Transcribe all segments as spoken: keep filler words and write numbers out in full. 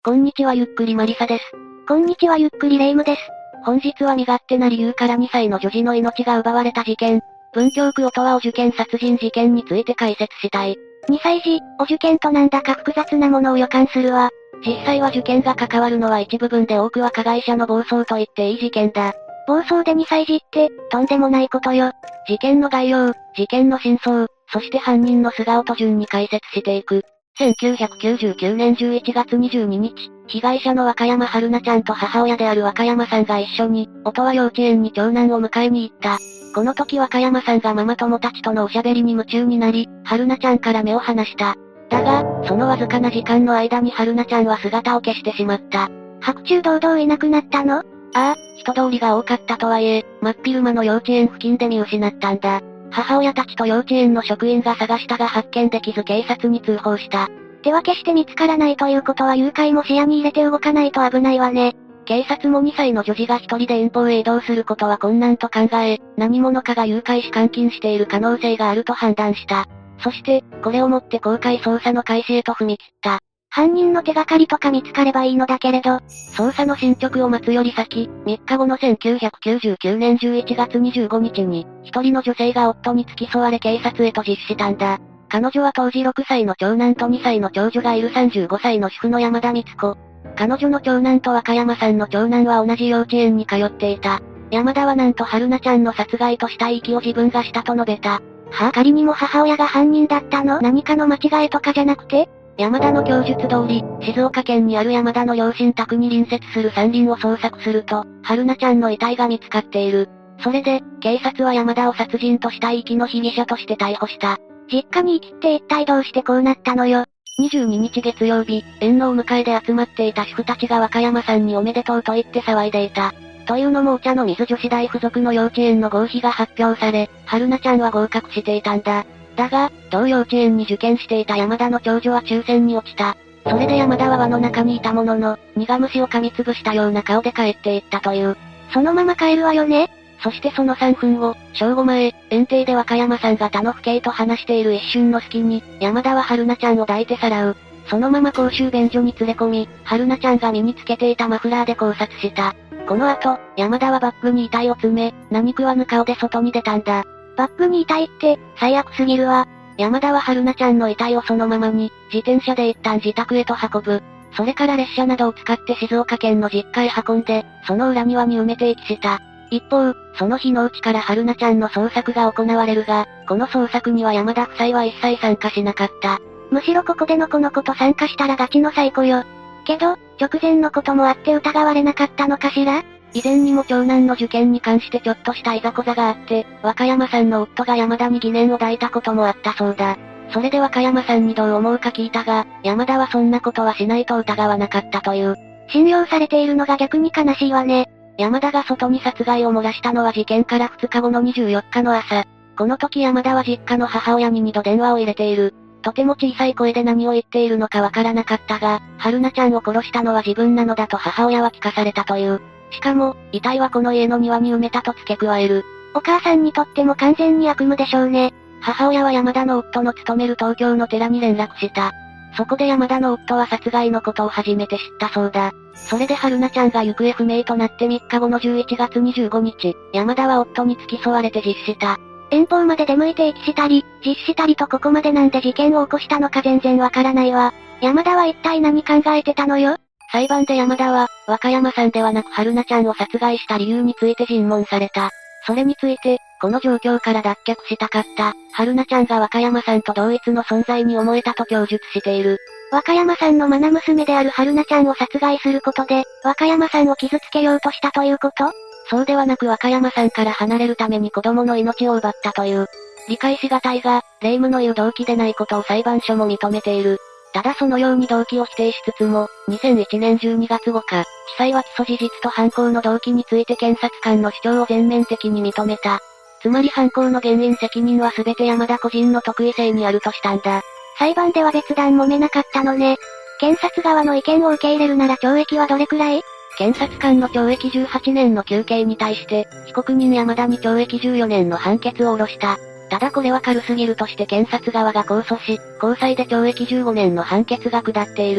こんにちはゆっくりマリサです。 こんにちはゆっくりレイムです。 本日は身勝手な理由からにさいの女児の命が奪われた事件、文京区音羽お受験殺人事件について解説したい。 にさい児、お受験となんだか複雑なものを予感するわ。 実際は受験が関わるのは一部分で多くは加害者の暴走と言っていい事件だ。 暴走でにさい児って、とんでもないことよ。 事件の概要、事件の真相、そして犯人の素顔と順に解説していく。せんきゅうひゃくきゅうじゅうきゅうねんじゅういちがつにじゅうににち、被害者の若山春菜ちゃんと母親である若山さんが一緒に、音羽幼稚園に長男を迎えに行った。この時若山さんがママ友たちとのおしゃべりに夢中になり、春菜ちゃんから目を離した。だが、そのわずかな時間の間に春菜ちゃんは姿を消してしまった。 白昼堂々いなくなったの？ああ、人通りが多かったとはいえ、真っ昼間の幼稚園付近で見失ったんだ。母親たちと幼稚園の職員が探したが発見できず警察に通報した。 では決して見つからないということは誘拐も視野に入れて動かないと危ないわね。 警察もにさいの女児が一人で遠方へ移動することは困難と考え、何者かが誘拐し監禁している可能性があると判断した。そして、これをもって公開捜査の開始へと踏み切った。 犯人の手がかりとか見つかればいいのだけれど、 捜査の進捗を待つより先、みっかごのせんきゅうひゃくきゅうじゅうきゅうねんじゅういちがつにじゅうごにちに、一人の女性が夫に付き添われ警察へと実施したんだ。彼女は当時ろくさいの長男とにさいの長女がいるさんじゅうごさいの主婦の山田光子。彼女の長男と若山さんの長男は同じ幼稚園に通っていた。山田はなんと春菜ちゃんの殺害と死体遺棄を自分がしたと述べた。 はぁ、仮にも母親が犯人だったの？何かの間違いとかじゃなくて？ 山田の供述通り、静岡県にある山田の両親宅に隣接する山林を捜索すると、春菜ちゃんの遺体が見つかっている。それで、警察は山田を殺人と死体遺棄の被疑者として逮捕した。 実家に生きって一体どうしてこうなったのよ。 にじゅうににち月曜日、園のお迎えで集まっていた主婦たちが若山さんにおめでとうと言って騒いでいた。というのもお茶の水女子大附属の幼稚園の合否が発表され、春菜ちゃんは合格していたんだ。だが、同幼稚園に受験していた山田の長女は抽選に落ちた。それで山田は輪の中にいたものの、苦虫を噛みつぶしたような顔で帰っていったという。 そのまま帰るわよね。 そしてそのさんぷんご、正午前、園庭で若山さんが他の父兄と話している一瞬の隙に、山田は春菜ちゃんを抱いてさらう。そのまま公衆便所に連れ込み、春菜ちゃんが身につけていたマフラーで考察した。この後、山田はバッグに遺体を詰め、何食わぬ顔で外に出たんだ。 バッグに遺体って、最悪すぎるわ。 山田は春菜ちゃんの遺体をそのままに、自転車で一旦自宅へと運ぶ。それから列車などを使って静岡県の実家へ運んで、その裏庭に埋めて遺棄した。一方、その日のうちから春菜ちゃんの捜索が行われるが、この捜索には山田夫妻は一切参加しなかった。 むしろここでのこのこと参加したらガチの最高よ。けど、直前のこともあって疑われなかったのかしら？ 以前にも長男の受験に関してちょっとしたいざこざがあって、若山さんの夫が山田に疑念を抱いたこともあったそうだ。それで若山さんにどう思うか聞いたが、山田はそんなことはしないと疑わなかったという。 信用されているのが逆に悲しいわね。 山田が外に殺害を漏らしたのは事件からふつかごのにじゅうよっかの朝。この時山田は実家の母親ににど電話を入れている。とても小さい声で何を言っているのかわからなかったが、春菜ちゃんを殺したのは自分なのだと母親は聞かされたという。しかも、遺体はこの家の庭に埋めたと付け加える。 お母さんにとっても完全に悪夢でしょうね。 母親は山田の夫の勤める東京の寺に連絡した。そこで山田の夫は殺害のことを初めて知ったそうだ。それで春菜ちゃんが行方不明となってみっかごのじゅういちがつにじゅうごにち、山田は夫に付き添われて実施した。 遠方まで出向いて遺棄したり、実施したりとここまでなんで事件を起こしたのか全然わからないわ。山田は一体何考えてたのよ？ 裁判で山田は、若山さんではなく春菜ちゃんを殺害した理由について尋問された。それについて、この状況から脱却したかった、春菜ちゃんが若山さんと同一の存在に思えたと供述している。 若山さんの愛娘である春菜ちゃんを殺害することで、若山さんを傷つけようとしたということ？ そうではなく若山さんから離れるために子供の命を奪ったという。理解しがたいが、霊夢の言う動機でないことを裁判所も認めている。ただそのように動機を否定しつつも、にせんいちねんじゅうにがつごか、地裁は起訴事実と犯行の動機について検察官の主張を全面的に認めた。つまり犯行の原因責任は全て山田個人の得意性にあるとしたんだ。 裁判では別段揉めなかったのね。検察側の意見を受け入れるなら懲役はどれくらい？ 検察官の懲役じゅうはちねんの求刑に対して、被告人山田に懲役じゅうよねんの判決を下ろした。ただこれは軽すぎるとして検察側が控訴し、高裁で懲役じゅうごねんの判決が下っている。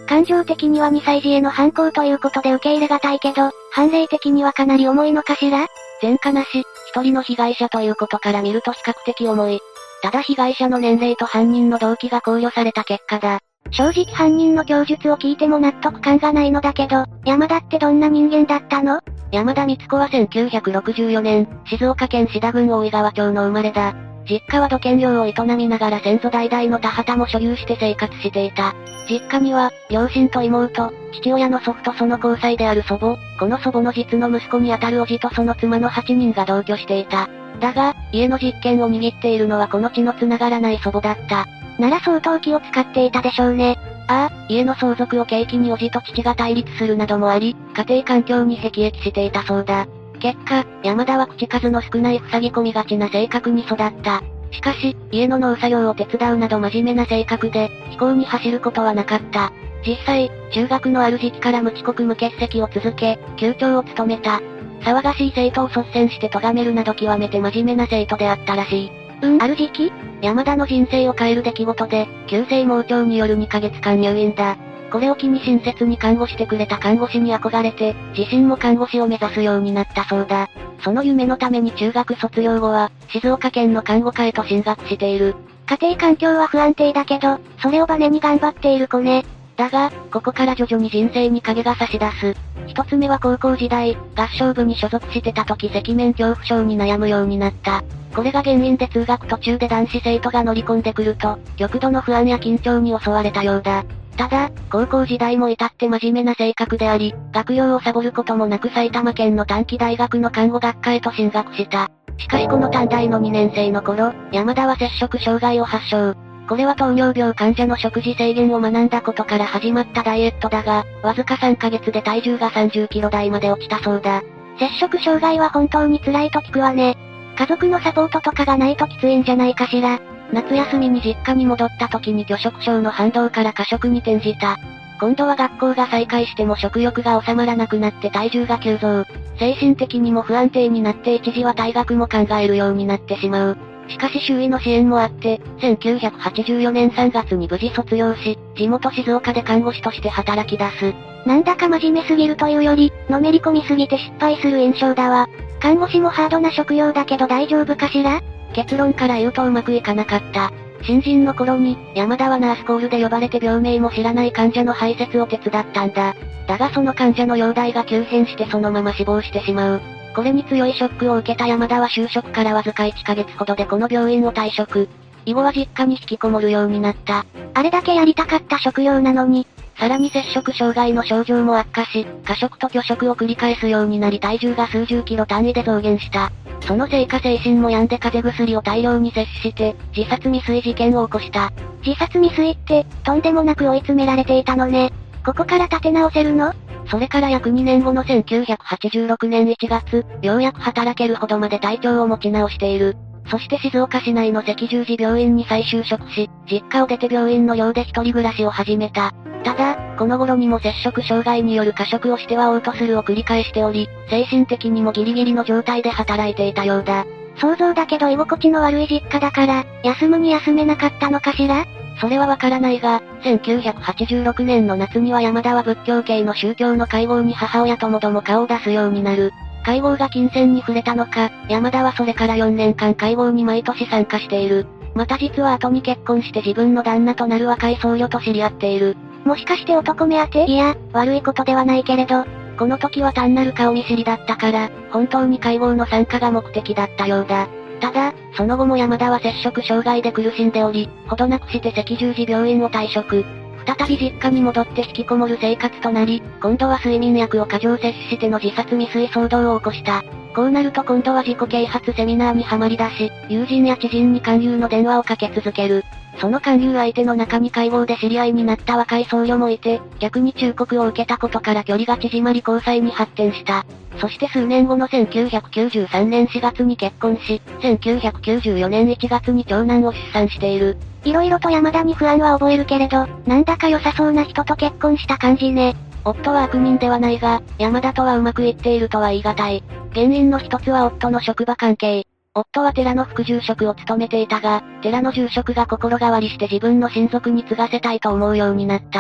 感情的にはにさい児への犯行ということで受け入れがたいけど、判例的にはかなり重いのかしら？ 前科なし、一人の被害者ということから見ると比較的重い。ただ被害者の年齢と犯人の動機が考慮された結果だ。 正直犯人の供述を聞いても納得感がないのだけど、山田ってどんな人間だったの？ 山田光子はせんきゅうひゃくろくじゅうよねん、静岡県志田郡大井川町の生まれだ。実家は土建業を営みながら先祖代々の田畑も所有して生活していた。実家には、両親と妹、父親の祖父とその交際である祖母、この祖母の実の息子にあたる叔父とその妻のはちにんが同居していた。だが、家の実権を握っているのはこの血の繋がらない祖母だった。 なら相当気を使っていたでしょうね。 ああ、家の相続を契機に叔父と父が対立するなどもあり、家庭環境に辟易していたそうだ。結果、山田は口数の少ない塞ぎ込みがちな性格に育った。しかし、家の農作業を手伝うなど真面目な性格で、非行に走ることはなかった。実際、中学のある時期から無遅刻無欠席を続け、級長を務めた。騒がしい生徒を率先して咎めるなど極めて真面目な生徒であったらしい。 うん、ある時期？ 山田の人生を変える出来事で、急性盲腸によるにかげつかん入院だ。これを機に親切に看護してくれた看護師に憧れて、自身も看護師を目指すようになったそうだ。その夢のために中学卒業後は、静岡県の看護科へと進学している。 家庭環境は不安定だけど、それをバネに頑張っている子ね。 だが、ここから徐々に人生に影が差し出す。一つ目は高校時代、合唱部に所属してた時赤面恐怖症に悩むようになった。これが原因で通学途中で男子生徒が乗り込んでくると、極度の不安や緊張に襲われたようだ。ただ、高校時代も至って真面目な性格であり、学業をサボることもなく埼玉県の短期大学の看護学科へと進学した。しかしこの短大のにねん生の頃、山田は摂食障害を発症。これは糖尿病患者の食事制限を学んだことから始まったダイエットだが、わずかさんかげつで体重がさんじゅっキロ台まで落ちたそうだ。 摂食障害は本当に辛いと聞くわね。家族のサポートとかがないときついんじゃないかしら。 夏休みに実家に戻った時に拒食症の反動から過食に転じた。今度は学校が再開しても食欲が収まらなくなって体重が急増。精神的にも不安定になって一時は退学も考えるようになってしまう。しかし周囲の支援もあって、せんきゅうひゃくはちじゅうよねんさんがつに無事卒業し、地元静岡で看護師として働き出す。 なんだか真面目すぎるというより、のめり込みすぎて失敗する印象だわ。看護師もハードな職業だけど大丈夫かしら？ 結論から言うとうまくいかなかった。新人の頃に、山田はナースコールで呼ばれて病名も知らない患者の排泄を手伝ったんだ。だがその患者の容体が急変してそのまま死亡してしまう。これに強いショックを受けた山田は就職からわずかいっかげつほどでこの病院を退職。以後は実家に引きこもるようになった。 あれだけやりたかった職業なのに。 さらに摂食障害の症状も悪化し、過食と拒食を繰り返すようになり体重が数十キロ単位で増減した。そのせいか精神も病んで風邪薬を大量に摂取して、自殺未遂事件を起こした。 自殺未遂って、とんでもなく追い詰められていたのね。ここから立て直せるの？ それから約にねんごのせんきゅうひゃくはちじゅうろくねんいちがつ、ようやく働けるほどまで体調を持ち直している。そして静岡市内の赤十字病院に再就職し、実家を出て病院の寮で一人暮らしを始めた。ただ、この頃にも摂食障害による過食をしては嘔吐するを繰り返しており、精神的にもギリギリの状態で働いていたようだ。 想像だけど居心地の悪い実家だから、休むに休めなかったのかしら？ それはわからないが、せんきゅうひゃくはちじゅうろくねんの夏には山田は仏教系の宗教の会合に母親ともども顔を出すようになる。会合が金銭に触れたのか、山田はそれからよねんかん会合に毎年参加している。また実は後に結婚して自分の旦那となる若い僧侶と知り合っている。 もしかして男目当て？いや、悪いことではないけれど。 この時は単なる顔見知りだったから、本当に会合の参加が目的だったようだ。ただ、その後も山田は摂食障害で苦しんでおり、ほどなくして赤十字病院を退職。再び実家に戻って引きこもる生活となり、今度は睡眠薬を過剰摂取しての自殺未遂騒動を起こした。こうなると今度は自己啓発セミナーにはまり出し、友人や知人に勧誘の電話をかけ続ける。その勧誘相手の中に会合で知り合いになった若い僧侶もいて、逆に忠告を受けたことから距離が縮まり交際に発展した。そして数年後のせんきゅうひゃくきゅうじゅうさんねんしがつに結婚し、せんきゅうひゃくきゅうじゅうよねんいちがつに長男を出産している。 色々と山田に不安は覚えるけれど、なんだか良さそうな人と結婚した感じね。 夫は悪人ではないが、山田とはうまくいっているとは言い難い。原因の一つは夫の職場関係。夫は寺の副住職を務めていたが、寺の住職が心変わりして自分の親族に継がせたいと思うようになった。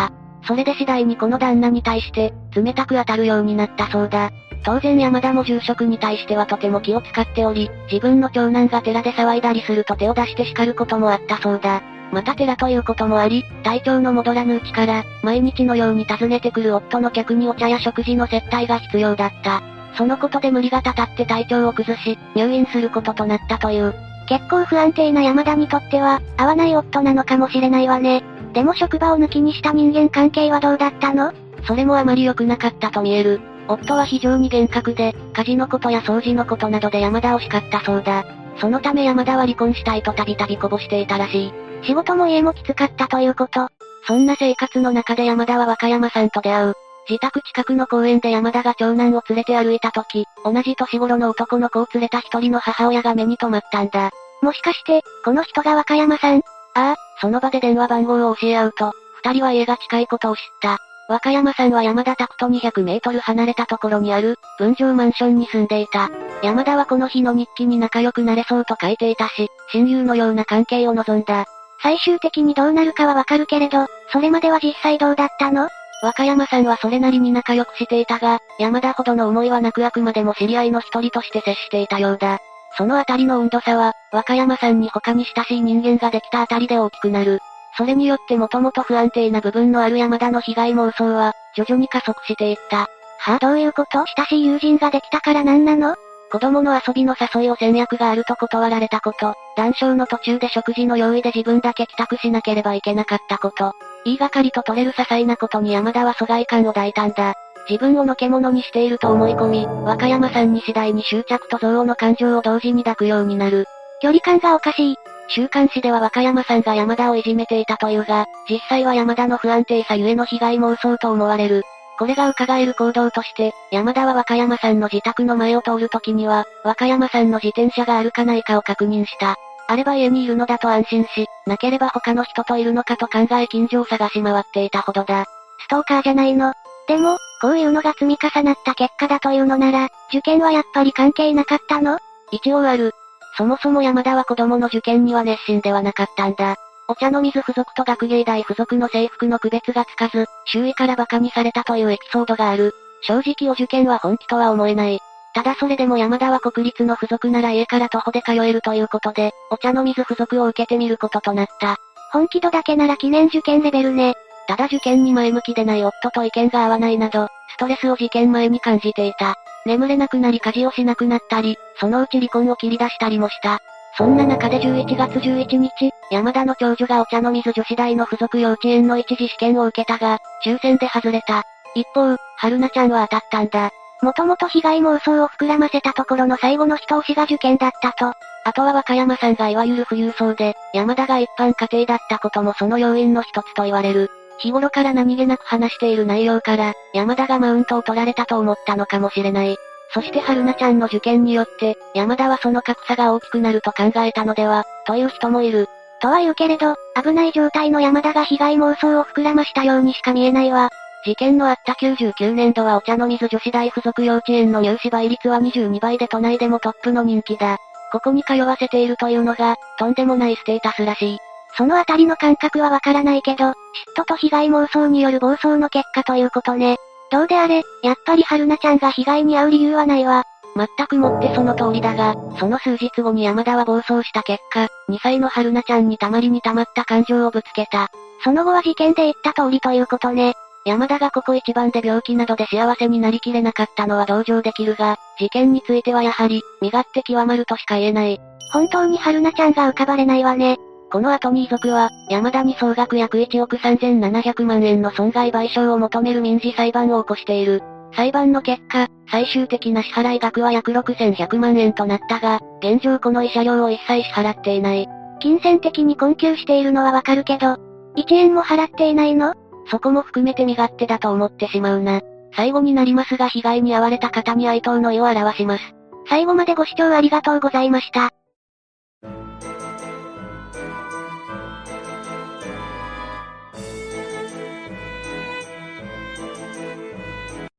それで次第にこの旦那に対して、冷たく当たるようになったそうだ。当然山田も住職に対してはとても気を使っており、自分の長男が寺で騒いだりすると手を出して叱ることもあったそうだ。また寺ということもあり、体調の戻らぬうちから、毎日のように訪ねてくる夫の客にお茶や食事の接待が必要だった。そのことで無理がたたって体調を崩し、入院することとなったという。 結構不安定な山田にとっては、合わない夫なのかもしれないわね。でも職場を抜きにした人間関係はどうだったの？ それもあまり良くなかったと見える。夫は非常に厳格で、家事のことや掃除のことなどで山田を叱ったそうだ。そのため山田は離婚したいとたびたびこぼしていたらしい。 仕事も家もきつかったということ。 そんな生活の中で山田は若山さんと出会う。自宅近くの公園で山田が長男を連れて歩いた時、同じ年頃の男の子を連れた一人の母親が目に留まったんだ。 もしかして、この人が若山さん？ ああ、その場で電話番号を教え合うと、二人は家が近いことを知った。若山さんは山田宅とにひゃくメートル離れたところにある、分譲マンションに住んでいた。山田はこの日の日記に仲良くなれそうと書いていたし、親友のような関係を望んだ。 最終的にどうなるかはわかるけれど、それまでは実際どうだったの？ 若山さんはそれなりに仲良くしていたが、山田ほどの思いはなくあくまでも知り合いの一人として接していたようだ。そのあたりの温度差は、若山さんに他に親しい人間ができたあたりで大きくなる。それによってもともと不安定な部分のある山田の被害妄想は、徐々に加速していった。 はぁ、どういうこと？親しい友人ができたからなんなの？ 子供の遊びの誘いを戦略があると断られたこと、談笑の途中で食事の用意で自分だけ帰宅しなければいけなかったこと。言いがかりと取れる些細なことに山田は疎外感を抱いたんだ。自分をのけ者にしていると思い込み、若山さんに次第に執着と憎悪の感情を同時に抱くようになる。 距離感がおかしい。 週刊誌では若山さんが山田をいじめていたというが、実際は山田の不安定さゆえの被害妄想と思われる。これが伺える行動として、山田は若山さんの自宅の前を通るときには、若山さんの自転車があるかないかを確認した。あれば家にいるのだと安心し、なければ他の人といるのかと考え近所を探し回っていたほどだ。 ストーカーじゃないの。でも、こういうのが積み重なった結果だというのなら、受験はやっぱり関係なかったの？ 一応ある。そもそも山田は子供の受験には熱心ではなかったんだ。お茶の水付属と学芸大付属の制服の区別がつかず、周囲から馬鹿にされたというエピソードがある。正直お受験は本気とは思えない。ただそれでも山田は国立の付属なら家から徒歩で通えるということで、お茶の水付属を受けてみることとなった。 本気度だけなら記念受験レベルね。 ただ受験に前向きでない夫と意見が合わないなど、ストレスを受験前に感じていた。眠れなくなり家事をしなくなったり、そのうち離婚を切り出したりもした。そんな中でじゅういちがつじゅういちにち、山田の長女がお茶の水女子大の付属幼稚園の一次試験を受けたが、抽選で外れた。一方、春菜ちゃんは当たったんだ。 もともと被害妄想を膨らませたところの最後の一押しが受験だったと。 あとは若山さんがいわゆる富裕層で、山田が一般家庭だったこともその要因の一つと言われる。日頃から何気なく話している内容から、山田がマウントを取られたと思ったのかもしれない。そして春菜ちゃんの受験によって、山田はその格差が大きくなると考えたのでは、という人もいる。 とは言うけれど、危ない状態の山田が被害妄想を膨らましたようにしか見えないわ。 事件のあったきゅうじゅうきゅうねんどはお茶の水女子大附属幼稚園の入試倍率はにじゅうにばいで都内でもトップの人気だ。ここに通わせているというのが、とんでもないステータスらしい。 そのあたりの感覚はわからないけど、嫉妬と被害妄想による暴走の結果ということね。どうであれ、やっぱり春菜ちゃんが被害に遭う理由はないわ。 全くもってその通りだが、その数日後に山田は暴走した結果、にさいの春菜ちゃんにたまりにたまった感情をぶつけた。 その後は事件で言った通りということね。 山田がここ一番で病気などで幸せになりきれなかったのは同情できるが、事件についてはやはり、身勝手極まるとしか言えない。 本当に春菜ちゃんが浮かばれないわね。 この後に遺族は、山田に総額約いちおくさんぜんななひゃくまんえんの損害賠償を求める民事裁判を起こしている。裁判の結果、最終的な支払い額は約ろくせんひゃくまんえんとなったが、現状この慰謝料を一切支払っていない。 金銭的に困窮しているのはわかるけど、いちえんも払っていないの？ そこも含めて身勝手だと思ってしまうな。最後になりますが被害に遭われた方に哀悼の意を表します。 最後までご視聴ありがとうございました。